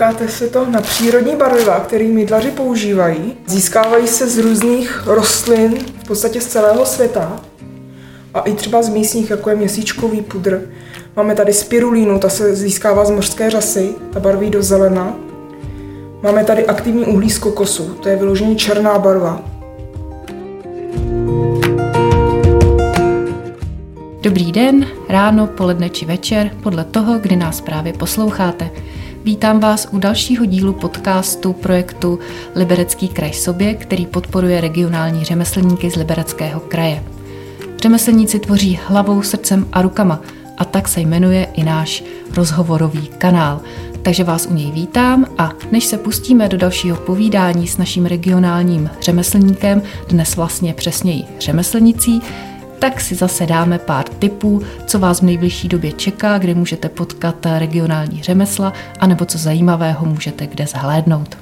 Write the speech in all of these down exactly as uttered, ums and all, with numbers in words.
koukáte se to na přírodní barviva, které mydlaři používají. Získávají se z různých rostlin, v podstatě z celého světa. A i třeba z místních, jako je měsíčkový pudr. Máme tady spirulínu, ta se získává z mořské řasy, ta barví do zelena. Máme tady aktivní uhlí z kokosu, to je vyloženě černá barva. Dobrý den, ráno, poledne či večer, podle toho, kdy nás právě posloucháte. Vítám vás u dalšího dílu podcastu projektu Liberecký kraj sobě, který podporuje regionální řemeslníky z Libereckého kraje. Řemeslníci tvoří hlavou, srdcem a rukama a tak se jmenuje i náš rozhovorový kanál. Takže vás u něj vítám a než se pustíme do dalšího povídání s naším regionálním řemeslníkem, dnes vlastně přesněji řemeslnicí, tak si zase dáme pár tipů, co vás v nejbližší době čeká, kde můžete potkat regionální řemesla, anebo co zajímavého můžete kde zhlédnout.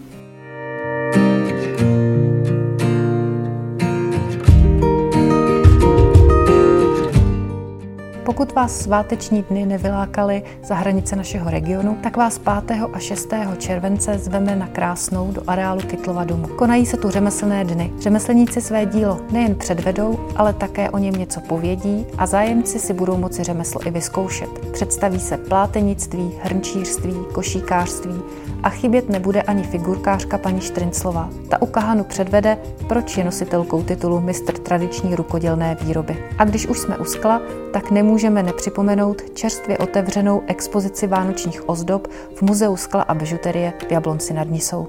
Pokud vás sváteční dny nevylákaly za hranice našeho regionu, tak vás pátého a šestého července zveme na krásnou do areálu Kytlova domu. Konají se tu řemeslné dny. Řemeslníci své dílo nejen předvedou, ale také o něm něco povědí a zájemci si budou moci řemeslo i vyzkoušet. Představí se plátenictví, hrnčířství, košíkářství a chybět nebude ani figurkářka paní Štrinclová. Ta u kahanu předvede, proč je nositelkou titulu mistr tradiční rukodělné výroby. A když už jsme u skla, tak nemůžeme nepřipomenout čerstvě otevřenou expozici vánočních ozdob v Muzeu skla a bižuterie v Jablonci nad Nisou.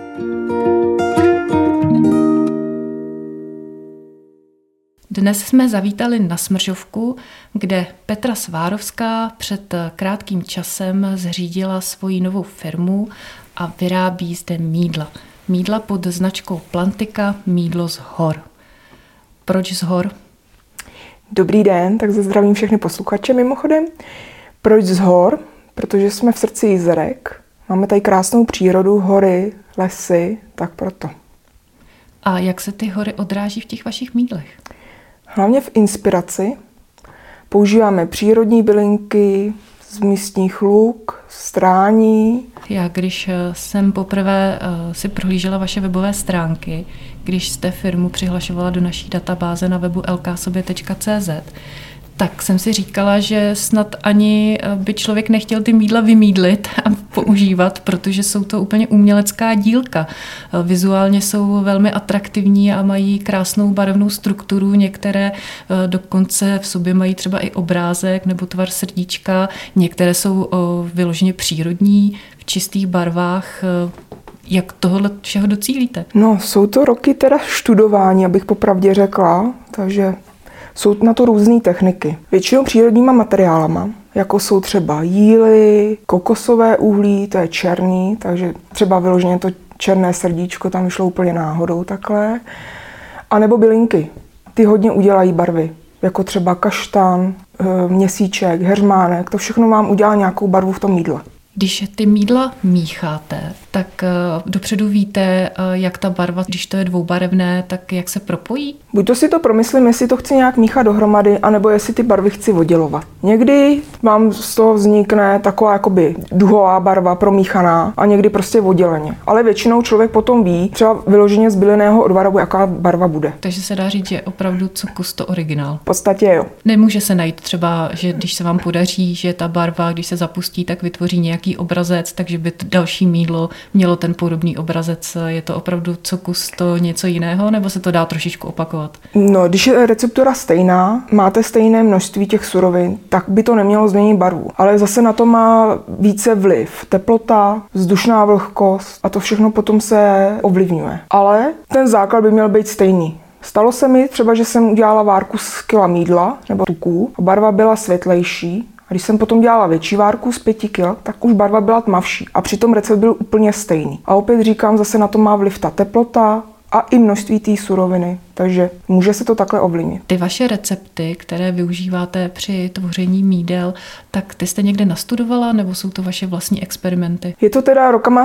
Dnes jsme zavítali na Smržovku, kde Petra Svárovská před krátkým časem zřídila svoji novou firmu a vyrábí zde mýdla. Mýdla pod značkou Plantika, mýdlo z hor. Proč z hor? Dobrý den, tak zdravím všechny posluchače mimochodem. Proč z hor? Protože jsme v srdci Jizerek. Máme tady krásnou přírodu, hory, lesy, tak proto. A jak se ty hory odráží v těch vašich mýdlech? Hlavně v inspiraci. Používáme přírodní bylinky z místních luk, strání. Já když jsem poprvé si prohlížela vaše webové stránky, když jste firmu přihlašovala do naší databáze na webu el ká sobě tečka cé zet, tak jsem si říkala, že snad ani by člověk nechtěl ty mýdla vymýdlit a používat, protože jsou to úplně umělecká dílka. Vizuálně jsou velmi atraktivní a mají krásnou barevnou strukturu. Některé dokonce v sobě mají třeba i obrázek nebo tvar srdíčka. Některé jsou vyloženě přírodní, v čistých barvách. Jak tohle všeho docílíte? No, jsou to roky teda študování, abych popravdě řekla, takže jsou na to různé techniky. Většinou přírodníma materiálama, jako jsou třeba jíly, kokosové uhlí, to je černý, takže třeba vyloženě to černé srdíčko tam vyšlo úplně náhodou takhle. A nebo bylinky, ty hodně udělají barvy, jako třeba kaštan, měsíček, heřmánek, to všechno vám udělá nějakou barvu v tom mýdle. Když ty mýdla mícháte, tak dopředu víte, jak ta barva, když to je dvoubarevné, tak jak se propojí? Buď to si to promyslím, jestli to chci nějak míchat dohromady, anebo jestli ty barvy chci oddělovat. Někdy vám z toho vznikne taková jakoby duhová barva promíchaná a někdy prostě odděleně. Ale většinou člověk potom ví, třeba vyloženě z bylinného odvaru, jaká barva bude. Takže se dá říct, že opravdu co kus to originál. V podstatě jo. Nemůže se najít třeba, že když se vám podaří, že ta barva, když se zapustí, tak vytvoří nějaký obrazec, takže by to další mýdlo mělo ten podobný obrazec. Je to opravdu co kus to něco jiného, nebo se to dá trošičku opakovat? No, když je receptura stejná, máte stejné množství těch surovin, tak by to nemělo změnit barvu. Ale zase na to má více vliv. Teplota, vzdušná vlhkost a to všechno potom se ovlivňuje. Ale ten základ by měl být stejný. Stalo se mi třeba, že jsem udělala várku z kila mýdla nebo tuků a barva byla světlejší. A když jsem potom dělala větší várku z pěti kil, tak už barva byla tmavší a přitom recept byl úplně stejný. A opět říkám, zase na to má vliv ta teplota a i množství té suroviny, takže může se to takhle ovlivnit. Ty vaše recepty, které využíváte při tvoření mýdel, tak ty jste někde nastudovala, nebo jsou to vaše vlastní experimenty? Je to teda rokama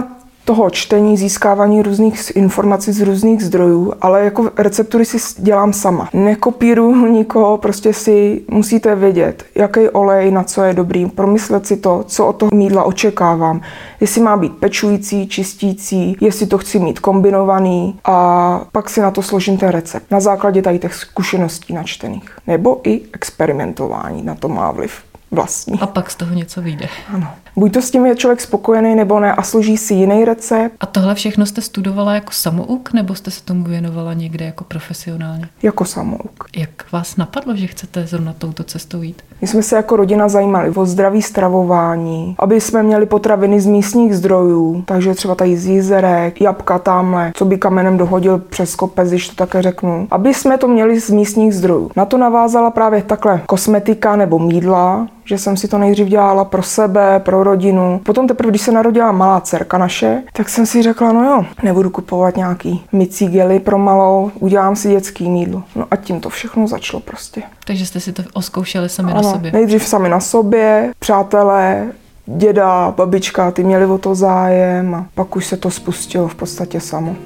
toho čtení, získávání různých informací z různých zdrojů, ale jako receptury si dělám sama. Nekopíruju nikoho, prostě si musíte vědět, jaký olej, na co je dobrý, promyslet si to, co od toho mýdla očekávám. Jestli má být pečující, čistící, jestli to chci mít kombinovaný a pak si na to složím ten recept. Na základě tady těch zkušeností načtených. Nebo i experimentování na to má vliv vlastní. A pak z toho něco vyjde. Ano. Buď to s tím je člověk spokojený, nebo ne a složí si jiný recept. A tohle všechno jste studovala jako samouk, nebo jste se tomu věnovala někde jako profesionálně? Jako samouk. Jak vás napadlo, že chcete zrovna touto cestou jít? My jsme se jako rodina zajímali o zdraví stravování, aby jsme měli potraviny z místních zdrojů, takže třeba tady z jezerek, jabka tamhle, co by kamenem dohodil přes kopec, když to také řeknu. Aby jsme to měli z místních zdrojů. Na to navázala právě takhle kosmetika nebo mýdla, že jsem si to nejdřív dělala pro sebe, pro rodinu. Potom teprve, když se narodila malá dcerka naše, tak jsem si řekla, no jo, nebudu kupovat nějaký mycí gely pro malou, udělám si dětský mýdlo. No a tím to všechno začalo prostě. Takže jste si to oskoušeli sami ano, na sobě. Nejdřív sami na sobě, přátelé, děda, babička, ty měli o to zájem a pak už se to spustilo v podstatě samo.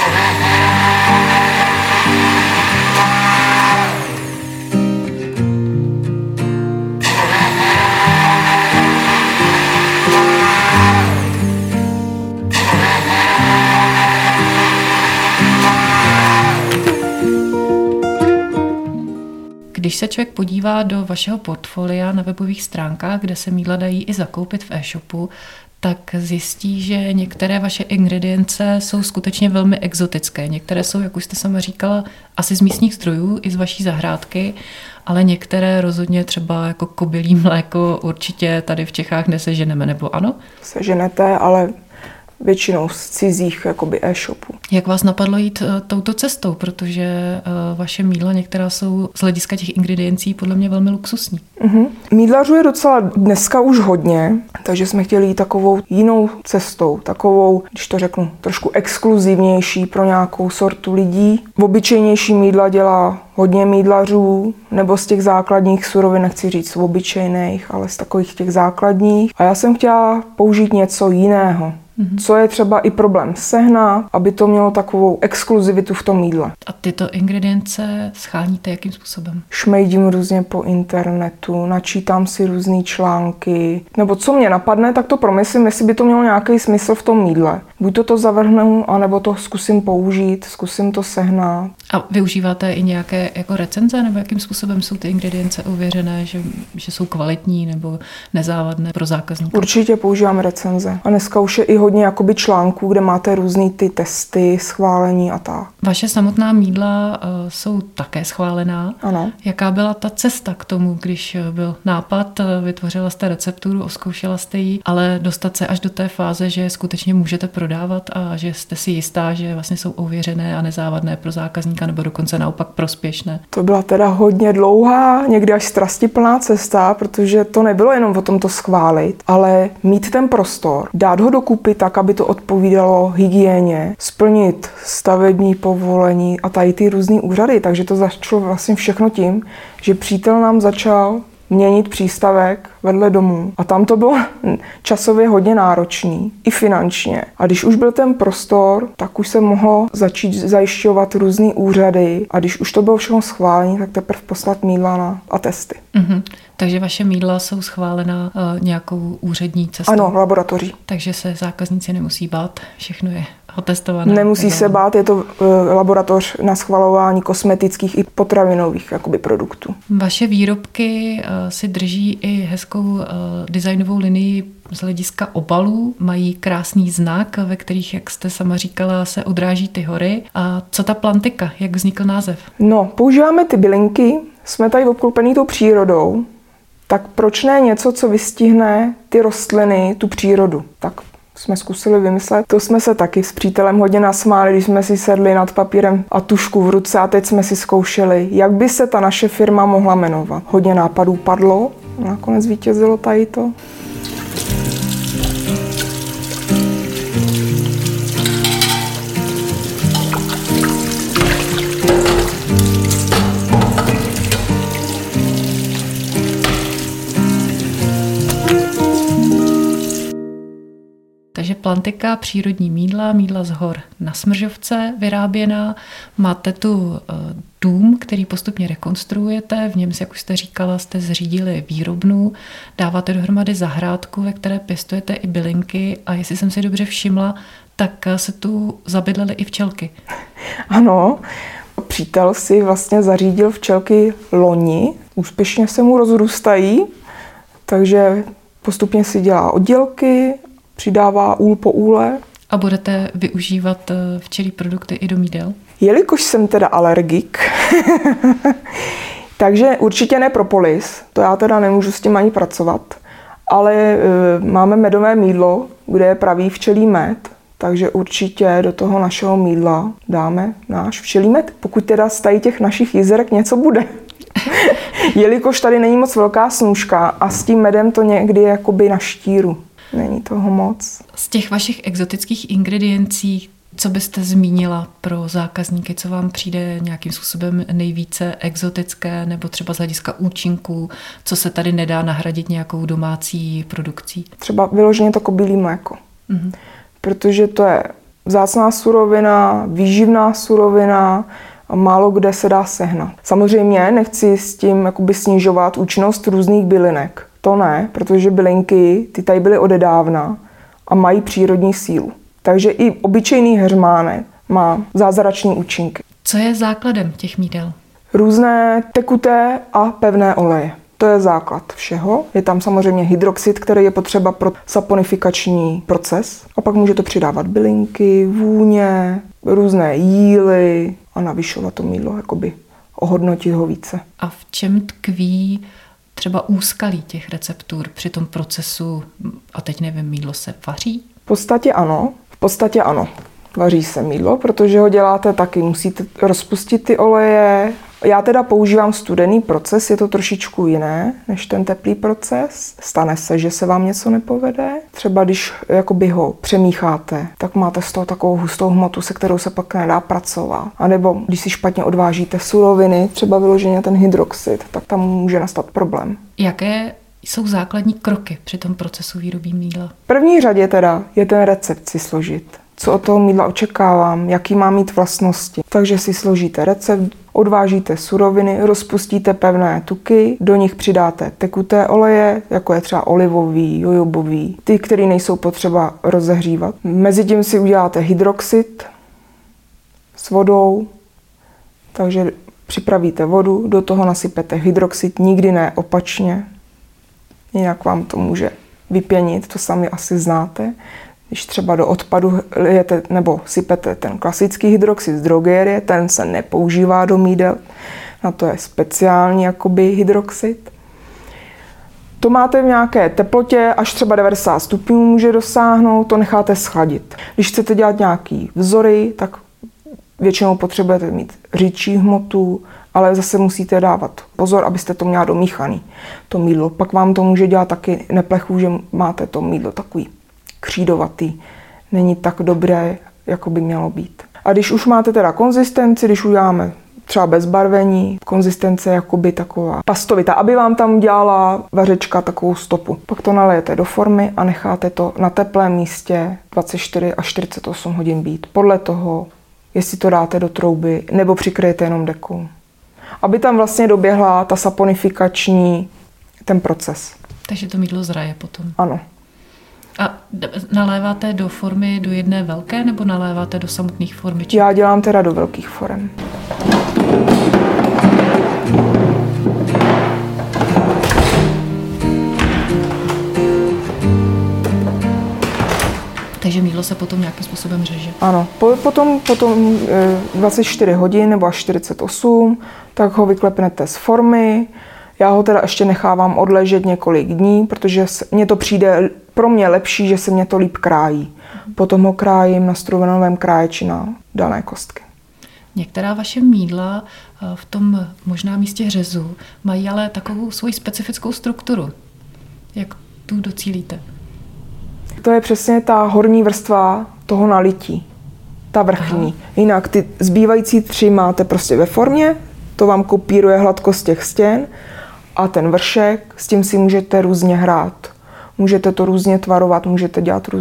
Když se člověk podívá do vašeho portfolia na webových stránkách, kde se mýdla dají i zakoupit v e-shopu, tak zjistí, že některé vaše ingredience jsou skutečně velmi exotické. Některé jsou, jak už jste sama říkala, asi z místních zdrojů, i z vaší zahrádky, ale některé rozhodně třeba jako kobylí mléko určitě tady v Čechách neseženeme, nebo ano? Seženete, ale většinou z cizích jakoby e-shopů. Jak vás napadlo jít uh, touto cestou, protože uh, vaše mýdla některá jsou z hlediska těch ingrediencí podle mě velmi luxusní. Mm-hmm. Mýdlařů je docela dneska už hodně, takže jsme chtěli jít takovou jinou cestou, takovou, když to řeknu, trošku exkluzivnější pro nějakou sortu lidí. Obyčejnější mýdla dělá hodně mýdlařů, nebo z těch základních surovin, nechci říct z obyčejných, ale z takových těch základních. A já jsem chtěla použít něco jiného. Mm-hmm. Co je třeba i problém sehnat, aby to mělo takovou exkluzivitu v tom jídle. A tyto ingredience scháníte jakým způsobem? Šmejdím různě po internetu, načítám si různé články, nebo co mě napadne, tak to promyslím, jestli by to mělo nějaký smysl v tom jídle. Buď to to zavrhnu, anebo to zkusím použít, zkusím to sehnat. A využíváte i nějaké jako recenze, nebo jakým způsobem jsou ty ingredience ověřené, že, že jsou kvalitní nebo nezávadné pro zákazníka? Určitě používám recenze. A dneska už je i hodně jakoby článků, kde máte různý ty testy, schválení a tak. Vaše samotná mýdla uh, jsou také schválená. Ano. Jaká byla ta cesta k tomu, když byl nápad, vytvořila jste recepturu, oskoušela jste ji, ale dostat se až do té fáze, že skutečně můžete prodávat a že jste si jistá, že vlastně jsou ověřené a nezávadné pro zákazníka, nebo dokonce naopak prospěšné? To byla teda hodně dlouhá, někdy až strastiplná cesta, protože to nebylo jenom o tom to schválit, ale mít ten prostor, dát ho dokupy tak, aby to odpovídalo hygieně, splnit stavební povolení a tady ty různý úřady. Takže to začalo vlastně všechno tím, že přítel nám začal měnit přístavek vedle domu. A tam to bylo časově hodně náročný, i finančně. A když už byl ten prostor, tak už se mohlo začít zajišťovat různý úřady. A když už to bylo všechno schválení, tak teprve poslat mýdla na atesty. Mm-hmm. Takže vaše mýdla jsou schválena uh, nějakou úřední cestou? Ano, laboratoří. Takže se zákazníci nemusí bát, všechno je otestované. Nemusí se bát, je to uh, laboratoř na schvalování kosmetických i potravinových jakoby, produktů. Vaše výrobky uh, si drží i hezkou uh, designovou linii z hlediska obalů, mají krásný znak, ve kterých, jak jste sama říkala, se odráží ty hory. A co ta plantika, jak vznikl název? No, používáme ty bylinky, jsme tady obklopený tou přírodou, tak proč ne něco, co vystihne ty rostliny, tu přírodu? Tak jsme zkusili vymyslet. To jsme se taky s přítelem hodně nasmáli, když jsme si sedli nad papírem a tušku v ruce a teď jsme si zkoušeli, jak by se ta naše firma mohla jmenovat. Hodně nápadů padlo, nakonec vítězilo tady to. Plantika, přírodní mýdla, mýdla z hor na Smržovce vyráběná. Máte tu dům, který postupně rekonstruujete, v něm, jak už jste říkala, jste zřídili výrobnu, dáváte dohromady zahrádku, ve které pěstujete i bylinky a jestli jsem si dobře všimla, tak se tu zabydlely i včelky. Ano, přítel si vlastně zařídil včelky loni, úspěšně se mu rozrůstají, takže postupně si dělá oddělky, přidává úl po úle. A budete využívat včelí produkty i do mídel? Jelikož jsem teda alergik, takže určitě ne propolis, to já teda nemůžu s tím ani pracovat, ale e, máme medové mýdlo, kde je pravý včelí med, takže určitě do toho našeho mýdla dáme náš včelí med, pokud teda z tady těch našich jizerek něco bude. Jelikož tady není moc velká snůžka a s tím medem to někdy je jakoby na štíru. Není toho moc. Z těch vašich exotických ingrediencí, co byste zmínila pro zákazníky, co vám přijde nějakým způsobem nejvíce exotické nebo třeba z hlediska účinků, co se tady nedá nahradit nějakou domácí produkcí? Třeba vyloženě to kobylí mléko. Mm-hmm. Protože to je vzácná surovina, výživná surovina a málo kde se dá sehnat. Samozřejmě nechci s tím jakoby snižovat účinnost různých bylinek. To ne, protože bylinky, ty tady byly odedávna a mají přírodní sílu. Takže i obyčejný heřmánek má zázračné účinky. Co je základem těch mídel? Různé tekuté a pevné oleje. To je základ všeho. Je tam samozřejmě hydroxid, který je potřeba pro saponifikační proces. A pak můžete přidávat bylinky, vůně, různé jíly a navyšovat to mýdlo, jakoby ohodnotit ho více. A v čem tkví třeba úskalí těch receptur při tom procesu, a teď nevím, mýdlo se vaří? V podstatě ano. V podstatě ano. Vaří se mýdlo, protože ho děláte taky. Musíte rozpustit ty oleje. Já teda používám studený proces, je to trošičku jiné než ten teplý proces. Stane se, že se vám něco nepovede. Třeba když jakoby ho přemícháte, tak máte z toho takovou hustou hmotu, se kterou se pak nedá pracovat. A nebo když si špatně odvážíte suroviny, třeba vyloženě ten hydroxid, tak tam může nastat problém. Jaké jsou základní kroky při tom procesu výroby mýdla? V první řadě teda je ten recept si složit. Co od toho mýdla očekávám, jaký má mít vlastnosti. Takže si složíte recept, odvážíte suroviny, rozpustíte pevné tuky, do nich přidáte tekuté oleje, jako je třeba olivový, jojobový, ty, které nejsou potřeba rozehřívat. Mezitím si uděláte hydroxid s vodou, takže připravíte vodu, do toho nasypete hydroxid, nikdy ne opačně, jinak vám to může vypěnit, to sami asi znáte. Když třeba do odpadu lijete nebo sypete ten klasický hydroxid z drogerie, ten se nepoužívá do mídel, na to je speciální jakoby hydroxid. To máte v nějaké teplotě, až třeba devadesát stupňů může dosáhnout, to necháte schladit. Když chcete dělat nějaký vzory, tak většinou potřebujete mít řidčí hmotu, ale zase musíte dávat pozor, abyste to měla domíchaný, to mýdlo. Pak vám to může dělat taky neplechu, že máte to mýdlo takový křídovatý. Není tak dobré, jako by mělo být. A když už máte teda konzistenci, když uděláme třeba bez barvení, konzistence je jakoby taková pastovitá, aby vám tam dělala vařečka takovou stopu. Pak to nalijete do formy a necháte to na teplém místě dvacet čtyři až čtyřicet osm hodin být. Podle toho, jestli to dáte do trouby nebo přikryjete jenom dekou. Aby tam vlastně doběhla ta saponifikační, ten proces. Takže to mýdlo zraje potom. Ano. A naléváte do formy do jedné velké, nebo naléváte do samotných formiček? Já dělám teda do velkých forem. Takže mýdlo se potom nějakým způsobem řeže? Ano. Potom, potom dvacet čtyři hodin nebo až čtyřicet osm, tak ho vyklepnete z formy. Já ho teda ještě nechávám odležet několik dní, protože mně to přijde pro mě lepší, že se mě to líp krájí. Potom ho krájím na struvenovém kráječi na dané kostky. Některá vaše mýdla v tom možná místě řezu mají ale takovou svoji specifickou strukturu. Jak tu docílíte? To je přesně ta horní vrstva toho nalití. Ta vrchní. Aha. Jinak ty zbývající tři máte prostě ve formě, to vám kopíruje hladkost těch stěn a ten vršek, s tím si můžete různě hrát. Můžete to různě tvarovat, můžete dělat různý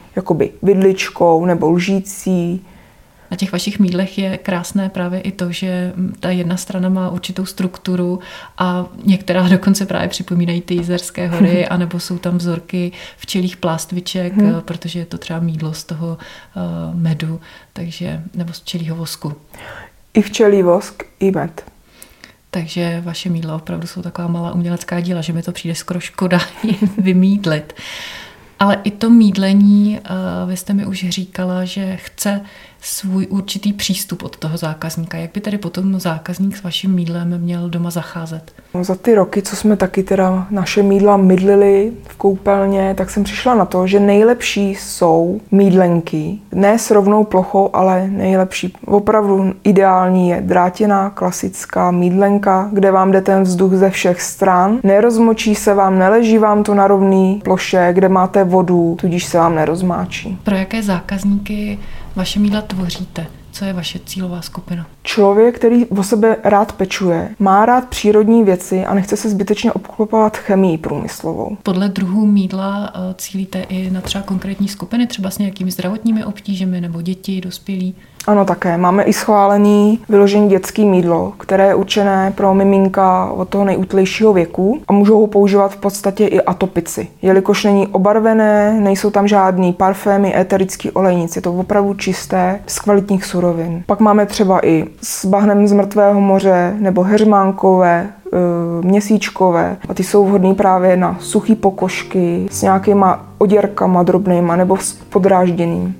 jakoby vidličkou nebo lžící. Na těch vašich mídlech je krásné právě i to, že ta jedna strana má určitou strukturu a některá dokonce právě připomínají ty Jizerské hory, anebo jsou tam vzorky včelích plástviček, hmm. protože je to třeba mídlo z toho uh, medu, takže, nebo z včelího vosku. I včelí vosk, i med. Takže vaše mídla opravdu jsou taková malá umělecká díla, že mi to přijde skoro škoda je vymídlit. Ale i to mídlení, vy jste mi už říkala, že chce svůj určitý přístup od toho zákazníka. Jak by tedy potom zákazník s vaším mídlem měl doma zacházet? No, za ty roky, co jsme taky teda naše mídla mydlili v koupelně, tak jsem přišla na to, že nejlepší jsou mídlenky. Ne s rovnou plochou, ale nejlepší. Opravdu ideální je drátěná klasická mídlenka, kde vám jde ten vzduch ze všech stran. Nerozmočí se vám, neleží vám to na rovný ploše, kde máte vodu, tudíž se vám nerozmáčí. Pro jaké zákazníky vaše mídla tvoříte? Co je vaše cílová skupina? Člověk, který o sebe rád pečuje, má rád přírodní věci a nechce se zbytečně obklopovat chemií průmyslovou. Podle druhů mídla cílíte i na třeba konkrétní skupiny, třeba s nějakými zdravotními obtížemi nebo děti, dospělí? Ano, také. Máme i schválený vyložený dětský mýdlo, které je určené pro miminka od toho nejútlejšího věku a můžou ho používat v podstatě i atopici. Jelikož není obarvené, nejsou tam žádný parfémy, éterický olejnic, je to opravdu čisté z kvalitních surovin. Pak máme třeba i s bahnem z mrtvého moře nebo heřmánkové, měsíčkové a ty jsou vhodný právě na suchý pokožky s nějakýma oděrkama drobnýma nebo s podrážděným.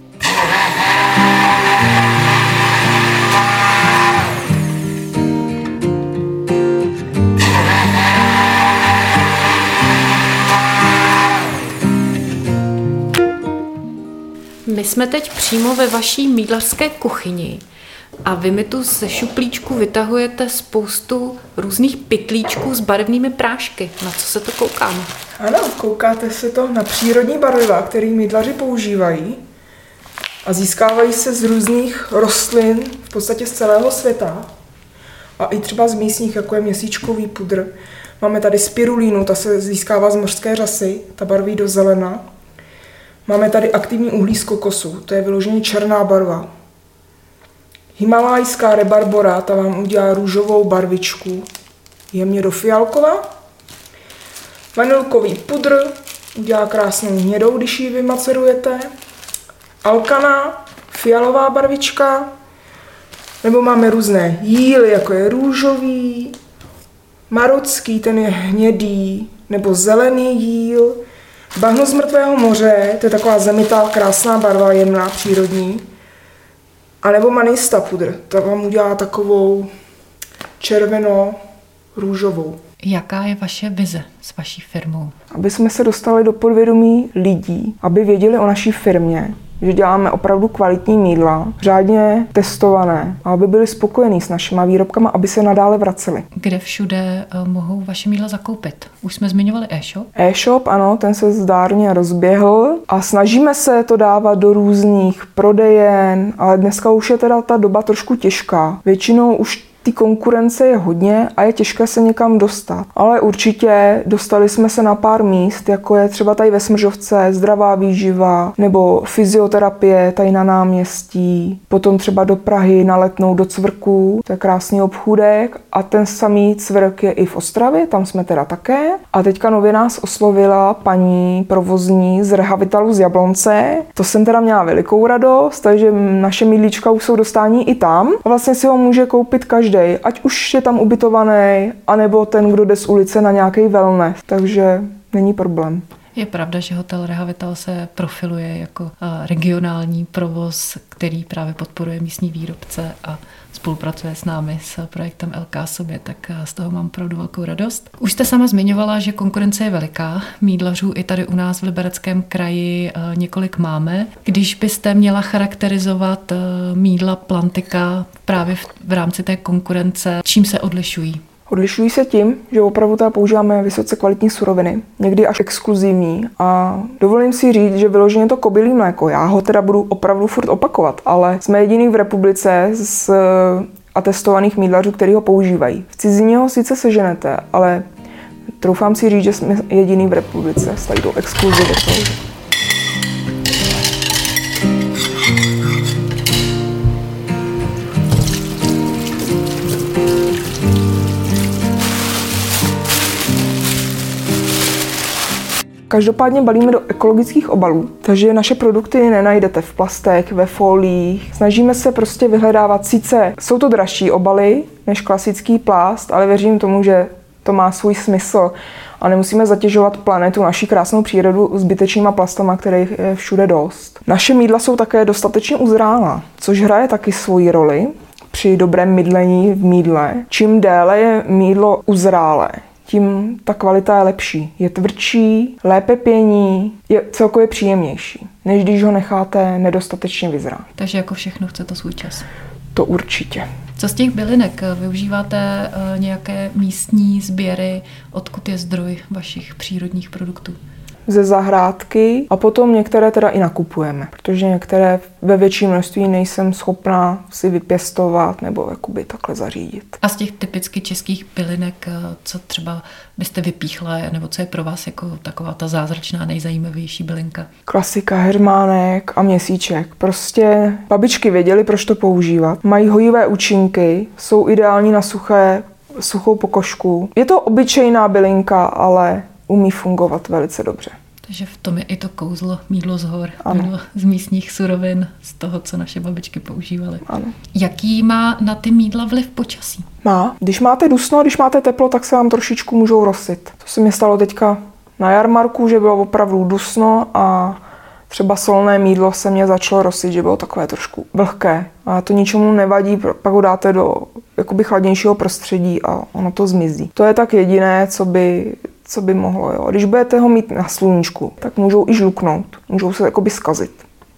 My jsme teď přímo ve vaší mídlařské kuchyni a vy mi tu ze šuplíčku vytahujete spoustu různých pytlíčků s barevnými prášky. Na co se to koukáme? Ano, koukáte se to na přírodní barviva, který mídlaři používají a získávají se z různých rostlin, v podstatě z celého světa a i třeba z místních, jako je měsíčkový pudr. Máme tady spirulínu, ta se získává z mořské řasy, ta barví do zelena. Máme tady aktivní uhlí z kokosu, to je vyloženě černá barva. Himalajská rebarbora, ta vám udělá růžovou barvičku, jemně do fialkova. Vanilkový pudr udělá krásnou hnědou, když ji vymacerujete. Alkana, fialová barvička. Nebo máme různé jíly, jako je růžový, marocký, ten je hnědý, nebo zelený jíl. Bahno z mrtvého moře, to je taková zemitá, krásná barva, jemná, přírodní. A nebo manista pudr, ta vám udělá takovou červeno-růžovou. Jaká je vaše vize s vaší firmou? Aby jsme se dostali do podvědomí lidí, aby věděli o naší firmě, že děláme opravdu kvalitní mídla, řádně testované, a aby byli spokojení s našimi výrobkama, aby se nadále vraceli. Kde všude mohou vaše mídla zakoupit? Už jsme zmiňovali e-shop. E-shop, ano, ten se zdárně rozběhl a snažíme se to dávat do různých prodejen, ale dneska už je teda ta doba trošku těžká. Většinou už ty konkurence je hodně a je těžké se někam dostat. Ale určitě dostali jsme se na pár míst, jako je třeba tady ve Smržovce zdravá výživa nebo fyzioterapie tady na náměstí, potom třeba do Prahy na Letnou do Cvrků, to je krásný obchůdek a ten samý Cvrk je i v Ostravě, tam jsme teda také. A teďka nově nás oslovila paní provozní z Rehavitalu z Jablonce. To jsem teda měla velikou radost, takže naše mídlíčka už jsou dostání i tam a vlastně si ho může koupit každý. Ať už je tam ubytovaný, anebo ten, kdo jde z ulice na nějaký wellness. Takže není problém. Je pravda, že hotel Rehavital se profiluje jako regionální provoz, který právě podporuje místní výrobce a spolupracuje s námi s projektem el ká sobě, tak z toho mám opravdu velkou radost. Už jste sama zmiňovala, že konkurence je veliká. Mídlařů i tady u nás v Libereckém kraji několik máme. Když byste měla charakterizovat mídla Plantika právě v, v rámci té konkurence, čím se odlišují? Odlišují se tím, že opravdu teda používáme vysoce kvalitní suroviny, někdy až exkluzivní a dovolím si říct, že vyloženě to kobylí mléko. Já ho teda budu opravdu furt opakovat, ale jsme jediný v republice z atestovaných mídlařů, který ho používají. V cizině ho sice seženete, ale troufám si říct, že jsme jediný v republice s tady tou exkluzivitou. Každopádně balíme do ekologických obalů, takže naše produkty nenajdete v plastech, ve foliích. Snažíme se prostě vyhledávat, sice jsou to dražší obaly než klasický plast, ale věřím tomu, že to má svůj smysl a nemusíme zatěžovat planetu, naši krásnou přírodu zbytečnýma plastama, kterých je všude dost. Naše mýdla jsou také dostatečně uzrálá, což hraje taky svoji roli při dobrém mydlení v mýdle. Čím déle je mýdlo uzrálé, tím ta kvalita je lepší. Je tvrdší, lépe pění, je celkově příjemnější, než když ho necháte nedostatečně vyzrát. Takže jako všechno chce to svůj čas. To určitě. Co z těch bylinek? Využíváte nějaké místní sběry? Odkud je zdroj vašich přírodních produktů? Ze zahrádky a potom některé teda i nakupujeme, protože některé ve větším množství nejsem schopná si vypěstovat nebo jakoby takhle zařídit. A z těch typicky českých bylinek, co třeba byste vypíchla, nebo co je pro vás jako taková ta zázračná, nejzajímavější bylinka? Klasika, hermánek a měsíček. Prostě babičky věděly, proč to používat. Mají hojivé účinky, jsou ideální na suché, suchou pokožku. Je to obyčejná bylinka, ale umí fungovat velice dobře. Takže v tom je i to kouzlo mýdlo z hor, mýdlo z místních surovin, z toho, co naše babičky používaly. Ano. Jaký má na ty mýdla vliv počasí? Má. Když máte dusno, když máte teplo, tak se vám trošičku můžou rosit. To se mi stalo teďka na jarmarku, že bylo opravdu dusno a třeba solné mýdlo se mě začalo rosit, že bylo takové trošku vlhké. A to ničemu nevadí, pak ho dáte do jakoby chladnějšího prostředí a ono to zmizí. To je tak jediné, co by co by mohlo. Jo. Když budete ho mít na sluníčku, tak můžou i žluknout, můžou se jakoby zkazit.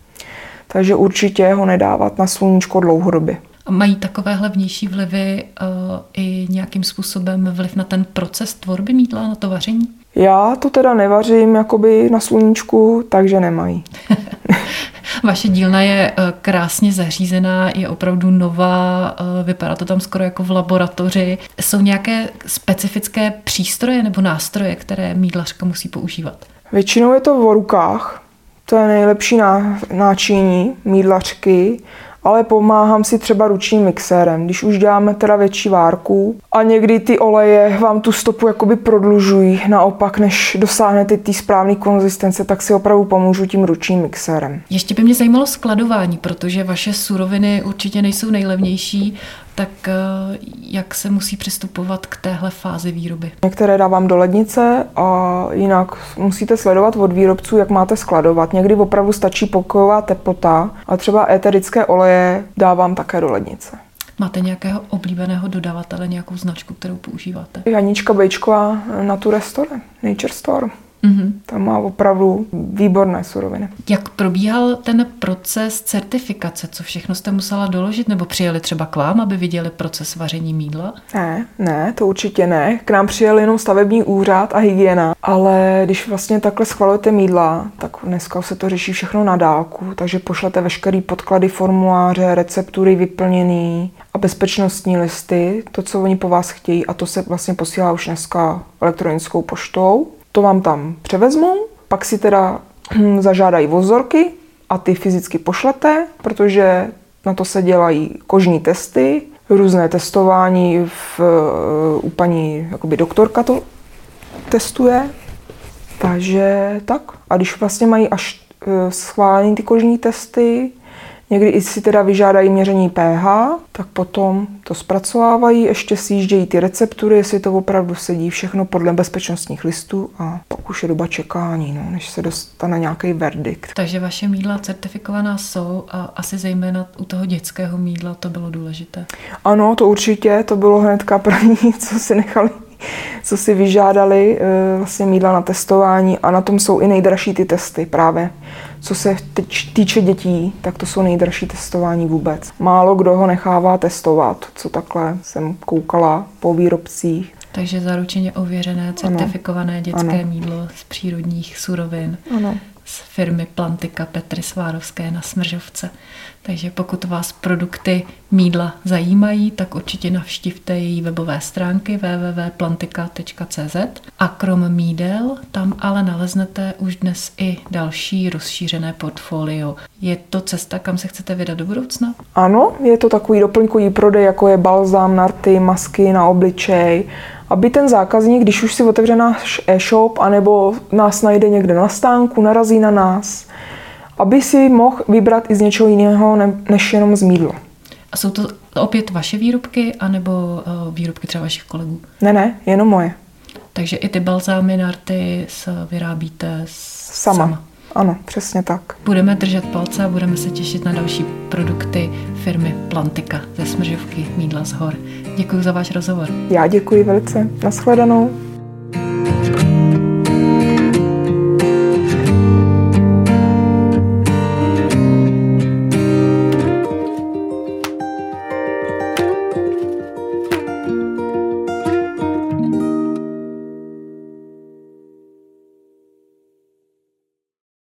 Takže určitě ho nedávat na sluníčko dlouhodobě. A mají takovéhle vnější vlivy uh, i nějakým způsobem vliv na ten proces tvorby mýdla, na to vaření? Já to teda nevařím jakoby na sluníčku, takže nemají. Vaše dílna je krásně zařízená, je opravdu nová, vypadá to tam skoro jako v laboratoři. Jsou nějaké specifické přístroje nebo nástroje, které mýdlařka musí používat? Většinou je to v rukách, to je nejlepší náčiní mýdlařky, ale pomáhám si třeba ručním mixérem, když už děláme teda větší várku a někdy ty oleje vám tu stopu jakoby prodlužují. Naopak, než dosáhnete té správné konzistence, tak si opravdu pomůžu tím ručním mixérem. Ještě by mě zajímalo skladování, protože vaše suroviny určitě nejsou nejlevnější, tak jak se musí přistupovat k téhle fázi výroby? Některé dávám do lednice a jinak musíte sledovat od výrobců, jak máte skladovat. Někdy opravdu stačí pokojová teplota a třeba éterické oleje dávám také do lednice. Máte nějakého oblíbeného dodavatele, nějakou značku, kterou používáte? Janička Bejčková Nature Store, Nature Store. Mm-hmm. Tam má opravdu výborné suroviny. Jak probíhal ten proces certifikace? Co všechno jste musela doložit? Nebo přijeli třeba k vám, aby viděli proces vaření mýdla? Ne, ne, to určitě ne. K nám přijel jenom stavební úřad a hygiena. Ale když vlastně takhle schvalujete mýdla, tak dneska se to řeší všechno na dálku. Takže pošlete veškerý podklady, formuláře, receptury vyplněný a bezpečnostní listy, to, co oni po vás chtějí. A to se vlastně posílá už dneska elektronickou poštou. To vám tam převezmou, pak si teda zažádají o vzorky a ty fyzicky pošlete, protože na to se dělají kožní testy, různé testování, v, u paní jakoby doktorka to testuje. Takže tak. A když vlastně mají až schválený ty kožní testy, někdy i si teda vyžádají měření pH, tak potom to zpracovávají, ještě si jíždějí ty receptury, jestli to opravdu sedí, všechno podle bezpečnostních listů a pak už je doba čekání, no, než se dostane nějaký verdikt. Takže vaše mýdla certifikovaná jsou a asi zejména u toho dětského mýdla to bylo důležité. Ano, to určitě, to bylo hnedka první, co si nechali, co si vyžádali vlastně mýdla na testování a na tom jsou i nejdražší ty testy právě. Co se týče dětí, tak to jsou nejdražší testování vůbec. Málo kdo ho nechává testovat, co takhle jsem koukala po výrobcích. Takže zaručeně ověřené, certifikované ano. dětské ano. mýdlo z přírodních surovin. Ano. Z firmy Plantika Petry Svárovské na Smržovce. Takže pokud vás produkty mýdla zajímají, tak určitě navštivte její webové stránky w w w tečka plantika tečka c z a krom mídel tam ale naleznete už dnes i další rozšířené portfolio. Je to cesta, kam se chcete vydat do budoucna? Ano, je to takový doplňkový prodej, jako je balzám, narty, masky na obličej aby ten zákazník, když už si otevře náš e-shop, anebo nás najde někde na stánku, narazí na nás, aby si mohl vybrat i z něčeho jiného, než jenom z mýdla. A jsou to opět vaše výrobky, anebo výrobky třeba vašich kolegů? Ne, ne, jenom moje. Takže i ty balzámy na rty vyrábíte sama. sama. Ano, přesně tak. Budeme držet palce a budeme se těšit na další produkty firmy Plantika ze Smržovky Mýdla z hor. Děkuji za váš rozhovor. Já děkuji velice. Nashledanou.